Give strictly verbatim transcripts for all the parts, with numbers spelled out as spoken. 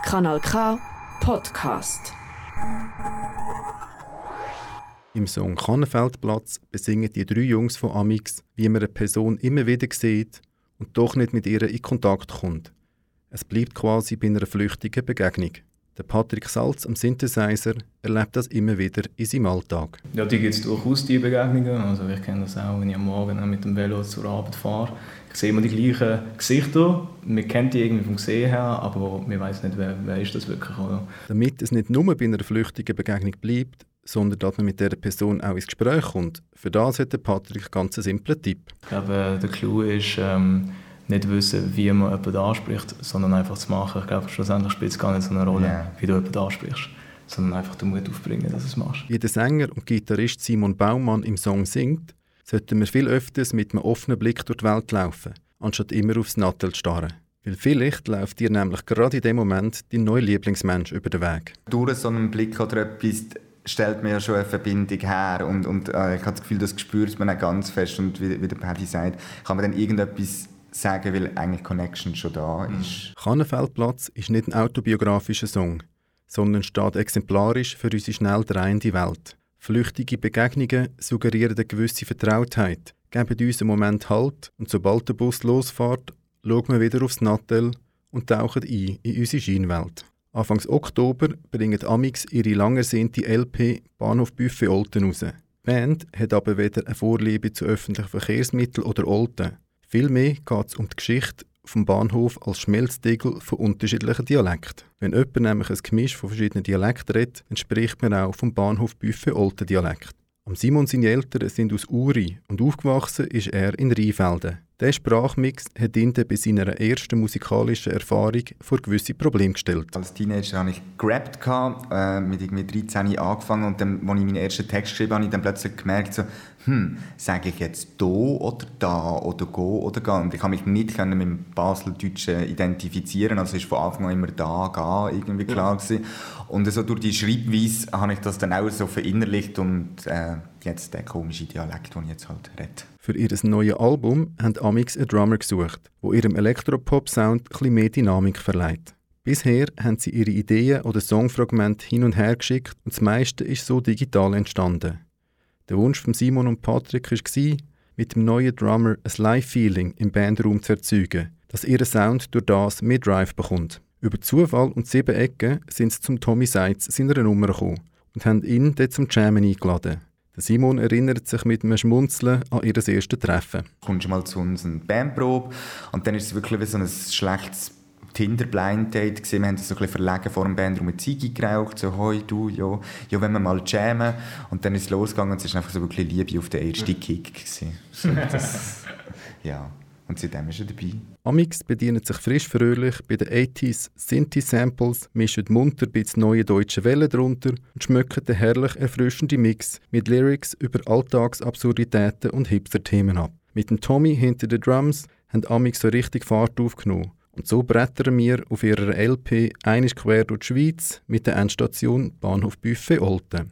Kanal K Podcast. Im Song «Kannenfeldplatz» besingen die drei Jungs von Amix, wie man eine Person immer wieder sieht und doch nicht mit ihr in Kontakt kommt. Es bleibt quasi bei einer flüchtigen Begegnung. Der Patrick Salz am Synthesizer erlebt das immer wieder in seinem Alltag. Ja, die gibt es durchaus, die Begegnungen. Also ich kenne das auch, wenn ich am Morgen mit dem Velo zur Arbeit fahre. Ich sehe immer die gleichen Gesichter. Man kennt die irgendwie vom Sehen her, aber man weiß nicht, wer, wer ist das wirklich. Oder? Damit es nicht nur bei einer flüchtigen Begegnung bleibt, sondern dass man mit dieser Person auch ins Gespräch kommt. Für das hat der Patrick ganz einen simplen Tipp. Ich glaube, der Clou ist, ähm, nicht wissen, wie man jemanden anspricht, sondern einfach zu machen. Ich glaube, schlussendlich spielt es gar nicht so eine Rolle, yeah. wie du jemanden ansprichst, sondern einfach den Mut aufbringen, dass du es machst. Wie der Sänger und Gitarrist Simon Baumann im Song singt, sollten wir viel öfters mit einem offenen Blick durch die Welt laufen, anstatt immer aufs Nattel zu starren. Weil vielleicht läuft dir nämlich gerade in dem Moment dein neuer Lieblingsmensch über den Weg. Durch so einen Blick oder etwas stellt man ja schon eine Verbindung her und, und äh, ich habe das Gefühl, das spürt man auch ganz fest und wie, wie der Paddy sagt, kann man dann irgendetwas sagen, weil eigentlich Connection schon da ist. «Kannenfeldplatz» ist nicht ein autobiografischer Song, sondern steht exemplarisch für unsere schnell drehende Welt. Flüchtige Begegnungen suggerieren eine gewisse Vertrautheit, geben uns einen Moment Halt und sobald der Bus losfährt, schauen wir wieder aufs Nattel und tauchen ein in unsere Scheinwelt. Anfang Oktober bringen Amix ihre lang ersehnte L P «Bahnhof Buffet Olten» raus. Die Band hat aber weder eine Vorliebe zu öffentlichen Verkehrsmitteln oder Olten. Vielmehr geht es um die Geschichte vom Bahnhof als Schmelztiegel von unterschiedlichen Dialekten. Wenn jemand nämlich ein Gemisch von verschiedenen Dialekten redet, dann spricht man auch vom Bahnhof Buffet Olten Dialekt. Am Simon seine Eltern sind aus Uri und aufgewachsen ist er in Rheinfelden. Dieser Sprachmix hat ihn bei seiner ersten musikalischen Erfahrung vor gewisse Probleme gestellt. Als Teenager hatte ich gerappt, äh, mit irgendwie dreizehn angefangen und dann, als ich meinen ersten Text geschrieben habe, habe ich dann plötzlich gemerkt, so, hm, sage ich jetzt «do» oder «da» oder «go» oder «ga». Und ich habe mich nicht mit dem Baseldeutschen identifizieren, also es war von Anfang an immer «da», «ga» irgendwie klar gewesen. Und so durch die Schreibweise habe ich das dann auch so verinnerlicht und äh, jetzt der komische Dialekt, den ich jetzt halt rede. Für ihr neues Album haben Amix einen Drummer gesucht, der ihrem Elektropop-Sound etwas mehr Dynamik verleiht. Bisher haben sie ihre Ideen oder Songfragmente hin und her geschickt und das meiste ist so digital entstanden. Der Wunsch von Simon und Patrick war, mit dem neuen Drummer ein Live-Feeling im Bandraum zu erzeugen, dass ihr Sound durch das mehr Drive bekommt. Über Zufall und sieben Ecken sind sie zum Tommy Seitz seiner Nummer gekommen und haben ihn dort zum Jammen eingeladen. Der Simon erinnert sich mit einem Schmunzeln an ihr erstes Treffen. Du kommst mal zu uns eine Bandprobe und dann ist es wirklich wie so ein schlechtes Tinder-Blind-Date gewesen. Wir haben so ein bisschen verlegen vor dem Bandraum mit Ziege geraucht, so «Hoi, du, ja, ja, wenn wir mal jammen». Und dann ist es losgegangen und es war einfach so wirklich Liebe auf den ersten Kick gewesen. So, das, ja. Und seitdem ist er dabei. Amix bedient sich frisch-fröhlich bei den achtziger Synthi-Samples, mischt munter ein bisschen neue deutsche Wellen drunter und schmückt den herrlich erfrischenden Mix mit Lyrics über Alltagsabsurditäten und Hipster-Themen ab. Mit dem Tommy hinter den Drums haben Amix so richtig Fahrt aufgenommen. Und so brettern wir auf ihrer L P einmal quer durch die Schweiz mit der Endstation Bahnhof Buffet Olten.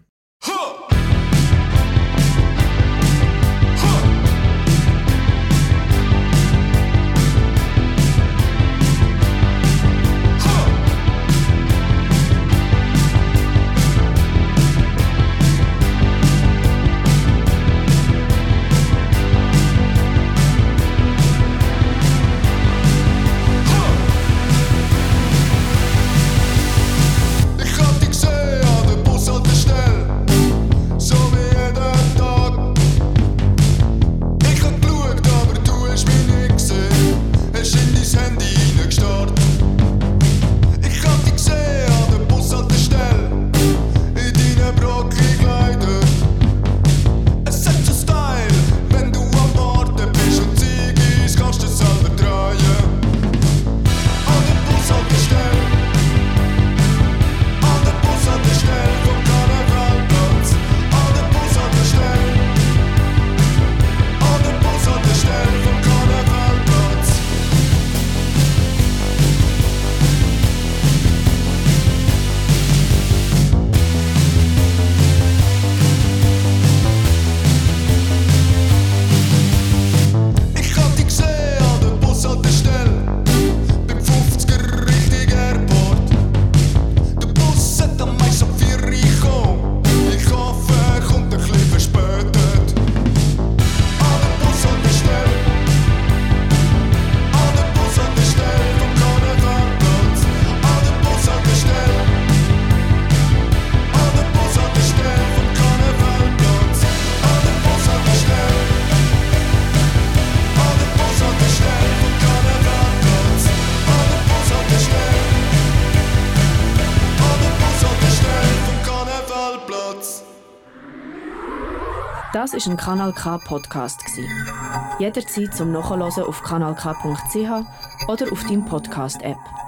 Das war ein Kanal K Podcast. Jederzeit zum Nachhören auf kanal k punkt c h oder auf deinem Podcast-App.